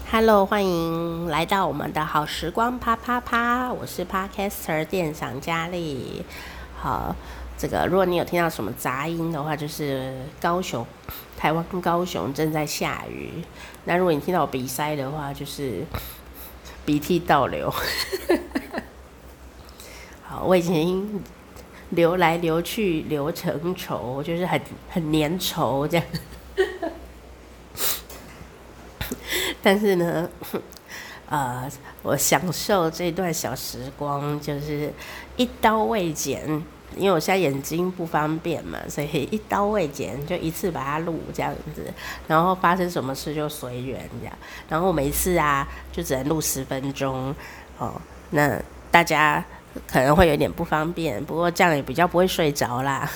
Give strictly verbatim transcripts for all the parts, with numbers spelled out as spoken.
Hello，欢迎来到我们的好时光啪啪啪，我是 Podcaster 店长佳丽。好，这个如果你有听到什么杂音的话，就是高雄，台湾高雄正在下雨。那如果你听到我鼻塞的话，就是鼻涕倒流。好，我已经流来流去，流成稠，就是很很粘稠这样。但是呢，呃，我享受这段小时光，就是一刀未剪，因为我现在眼睛不方便嘛，所以一刀未剪，就一次把它录这样子，然后发生什么事就随缘这样，然后每次啊就只能录十分钟哦，那大家可能会有点不方便，不过这样也比较不会睡着啦。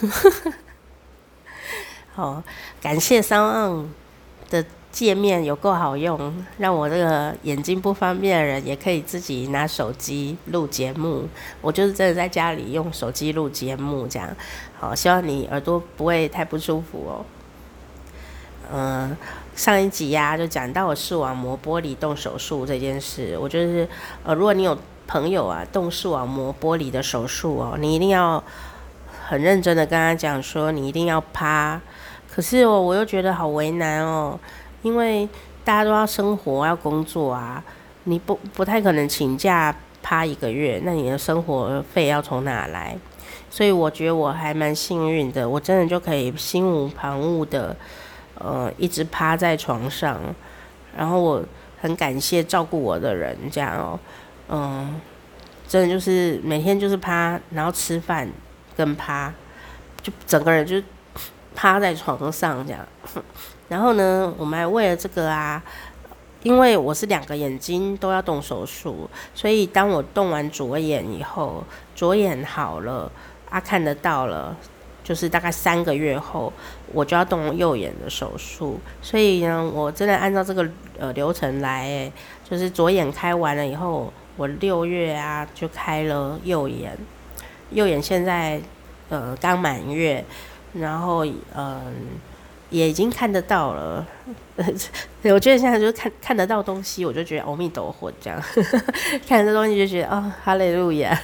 哦，感谢 SoundOn 的界面有够好用，让我这个眼睛不方便的人也可以自己拿手机录节目。我就是真的在家里用手机录节目，这样。好，希望你耳朵不会太不舒服哦。嗯、呃，上一集呀、啊、就讲到我视网膜剥离动手术这件事，我就是呃，如果你有朋友啊动视网膜剥离的手术哦，你一定要很认真的跟他讲说，你一定要趴。可是哦，我又觉得好为难哦。因为大家都要生活要工作啊，你不不太可能请假趴一个月，那你的生活费要从哪来？所以我觉得我还蛮幸运的，我真的就可以心无旁骛的，呃，一直趴在床上，然后我很感谢照顾我的人，这样哦，嗯，真的就是每天就是趴，然后吃饭跟趴，就整个人就趴在床上这样。然后呢，我们还为了这个啊，因为我是两个眼睛都要动手术，所以当我动完左眼以后，左眼好了啊，看得到了，就是大概三个月后，我就要动右眼的手术。所以呢，我真的按照这个呃流程来，诶，就是左眼开完了以后，我六月啊就开了右眼，右眼现在呃刚满月，然后嗯。呃也已经看得到了，我觉得现在就是看看得到东西，我就觉得阿弥陀佛这样，看得到东西就觉得哦，哈利路亚，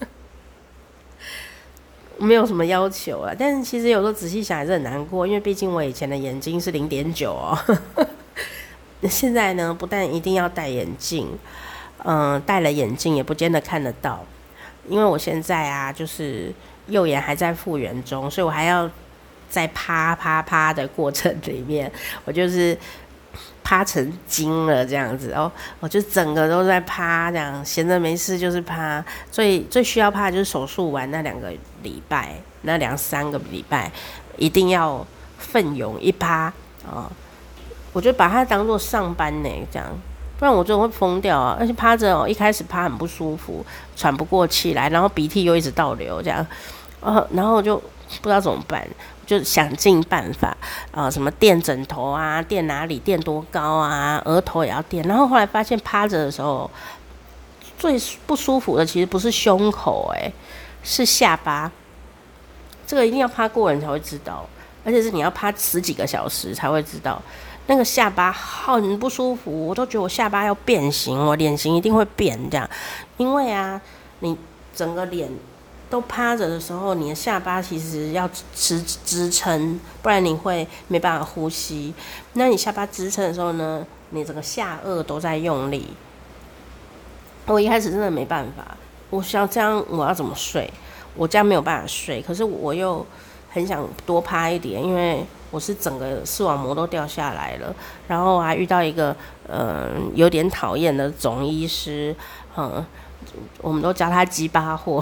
没有什么要求啊。但是其实有时候仔细想还是很难过，因为毕竟我以前的眼睛是零点九哦，现在呢不但一定要戴眼镜，嗯、呃，戴了眼镜也不见得看得到，因为我现在啊就是右眼还在复原中，所以我还要。在啪啪啪的过程里面，我就是趴成精了这样子哦，我就整个都在趴，这样闲着没事就是趴。最最需要趴的就是手术完那两个礼拜，那两三个礼拜一定要奋勇一趴哦。我就把它当做上班呢，这样，不然我真的会疯掉啊！而且趴着哦，一开始趴很不舒服，喘不过气来，然后鼻涕又一直倒流，这样，呃，然后我就不知道怎么办。就想尽办法，呃，什么垫枕头啊，垫哪里，垫多高啊，额头也要垫。然后后来发现趴着的时候，最不舒服的其实不是胸口、欸，哎，是下巴。这个一定要趴过人才会知道，而且是你要趴十几个小时才会知道。那个下巴很不舒服，我都觉得我下巴要变形，我脸型一定会变这样，因为啊，你整个脸。都趴着的时候，你的下巴其实要支支撑，不然你会没办法呼吸。那你下巴支撑的时候呢，你整个下颚都在用力。我一开始真的没办法，我想这样我要怎么睡？我这样没有办法睡，可是我又很想多趴一点，因为我是整个视网膜都掉下来了，然后我还遇到一个呃有点讨厌的总医师，嗯。我们都叫他鸡巴货，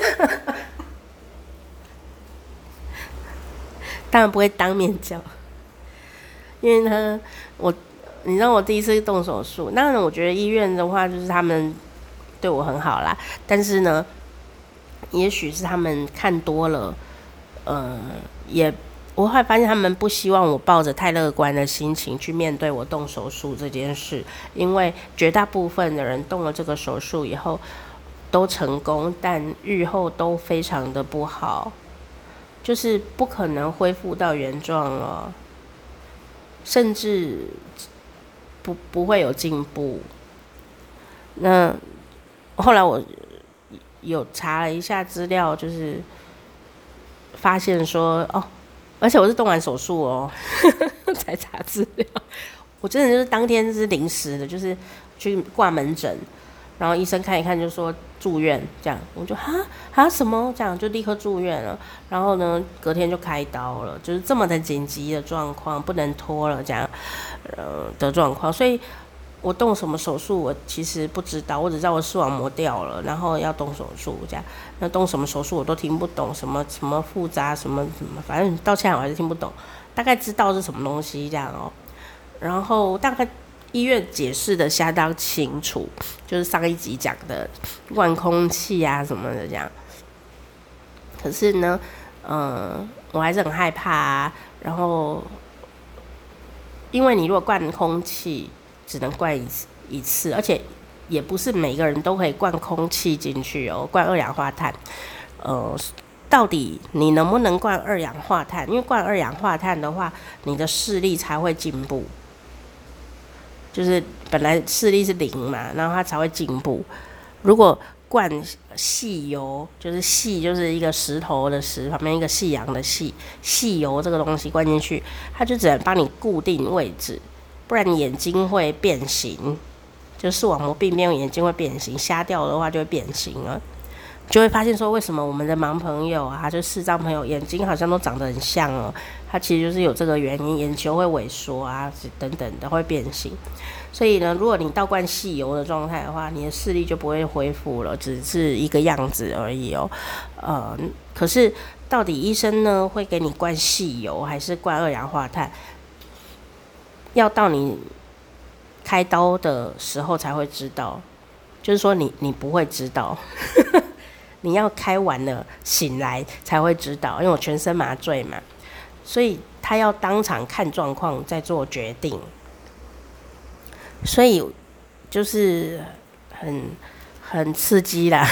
当然不会当面叫，因为呢，我你知道我第一次动手术，当然我觉得医院的话就是他们对我很好啦，但是呢，也许是他们看多了，呃，也我后来发现他们不希望我抱着太乐观的心情去面对我动手术这件事，因为绝大部分的人动了这个手术以后都成功，但愈后都非常的不好，就是不可能恢复到原状了，甚至不不会有进步。那后来我有查了一下资料，就是发现说哦，而且我是动完手术哦才查资料，我真的就是当天是临时的，就是去挂门诊，然后医生看一看就说住院，这样我就哈哈什么这样就立刻住院了，然后呢隔天就开刀了，就是这么的紧急的状况，不能拖了这样呃的状况，所以我动什么手术我其实不知道，我只知道我视网膜掉了，然后要动手术这样，那动什么手术我都听不懂，什么什么复杂什么什么，反正到现在我还是听不懂，大概知道是什么东西这样哦，然后大概医院解释的相当清楚，就是上一集讲的灌空气啊什么的这样。可是呢，嗯，我还是很害怕啊。然后，因为你如果灌空气，只能灌一次，一次，而且也不是每个人都可以灌空气进去哦，灌二氧化碳。呃，到底你能不能灌二氧化碳？因为灌二氧化碳的话，你的视力才会进步。就是本来视力是零嘛，然后它才会进步。如果灌细油，就是细就是一个石头的石旁边一个夕阳的细，细油这个东西灌进去，它就只能帮你固定位置，不然你眼睛会变形，就视网膜病变，眼睛会变形，瞎掉的话就会变形了。就会发现说，为什么我们的盲朋友啊，就视障朋友眼睛好像都长得很像哦，它其实就是有这个原因，眼球会萎缩啊，等等的会变形。所以呢，如果你倒灌细油的状态的话，你的视力就不会恢复了，只是一个样子而已哦。呃，可是到底医生呢会给你灌细油还是灌二氧化碳？要到你开刀的时候才会知道，就是说你你不会知道。你要开完了醒来才会知道，因为我全身麻醉嘛，所以他要当场看状况再做决定，所以就是很很刺激啦。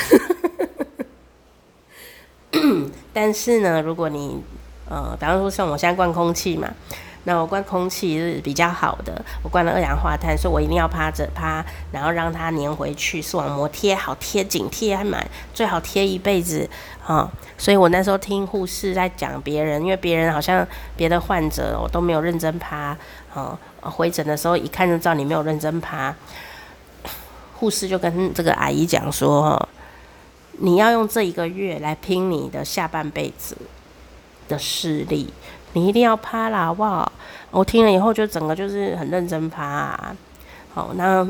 但是呢，如果你呃，比方说像我现在灌空气嘛，那我灌空气是比较好的，我灌了二氧化碳，所以我一定要趴着趴，然后让它粘回去，视网膜贴好，贴紧，贴满，最好贴一辈子啊、哦。所以我那时候听护士在讲别人，因为别人好像别的患者我都没有认真趴，哦，回诊的时候一看就知道你没有认真趴，护士就跟这个阿姨讲说，哦，你要用这一个月来拼你的下半辈子的视力。你一定要趴啦，好不好？我听了以后就整个就是很认真趴啊。好，那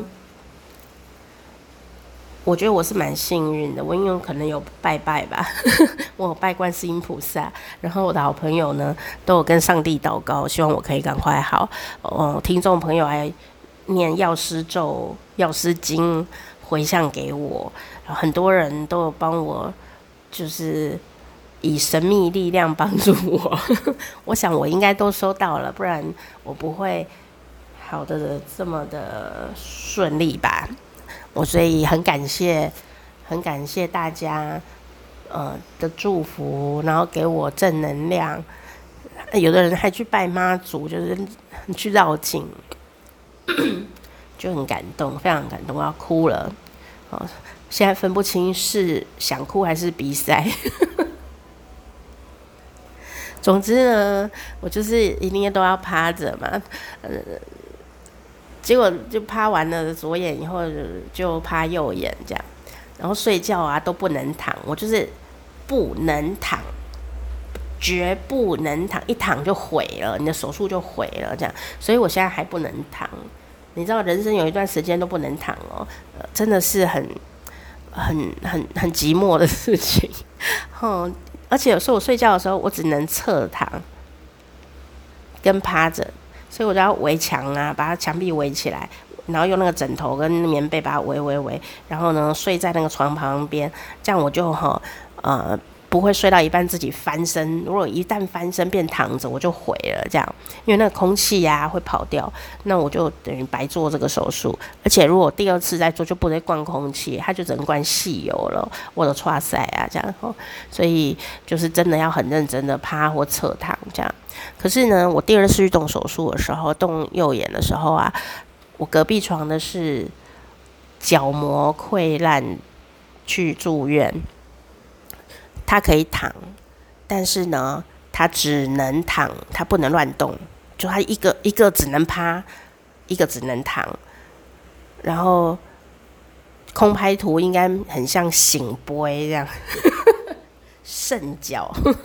我觉得我是蛮幸运的，我因为可能有拜拜吧，我有拜观世音菩萨，然后我的好朋友呢都有跟上帝祷告，希望我可以赶快好。哦，听众朋友还念药师咒、药师经回向给我，很多人都有帮我，就是以神秘力量帮助我。我想我应该都收到了，不然我不会好的这么的顺利吧。我所以很感谢，很感谢大家呃的祝福，然后给我正能量。有的人还去拜妈祖，就是去绕境，就很感动，非常感动，我要哭了。哦，现在分不清是想哭还是鼻塞。总之呢，我就是一定都要趴着嘛，呃，结果就趴完了左眼以后就趴右眼这样，然后睡觉啊都不能躺，我就是不能躺，绝不能躺，一躺就毁了，你的手术就毁了这样，所以我现在还不能躺。你知道人生有一段时间都不能躺哦，呃、真的是很很很很寂寞的事情，哦。而且有时候我睡觉的时候，我只能侧躺跟趴着，所以我就要围墙啊，把它墙壁围起来，然后用那个枕头跟棉被把它围围围，然后呢睡在那个床旁边，这样我就哈呃不会睡到一半自己翻身。如果一旦翻身变躺着，我就毁了这样，因为那个空气呀、啊、会跑掉，那我就等于白做这个手术。而且如果第二次再做，就不能灌空气，它就只能灌细油了。我的剉赛啊这样，所以就是真的要很认真的趴或侧躺这样。可是呢，我第二次去动手术的时候，动右眼的时候啊， 我隔壁床的是角膜溃烂去住院，他可以躺，但是呢，他只能躺，他不能乱动，就他一个一个只能趴，一个只能躺，然后空拍图应该很像醒杯这样，圣脚。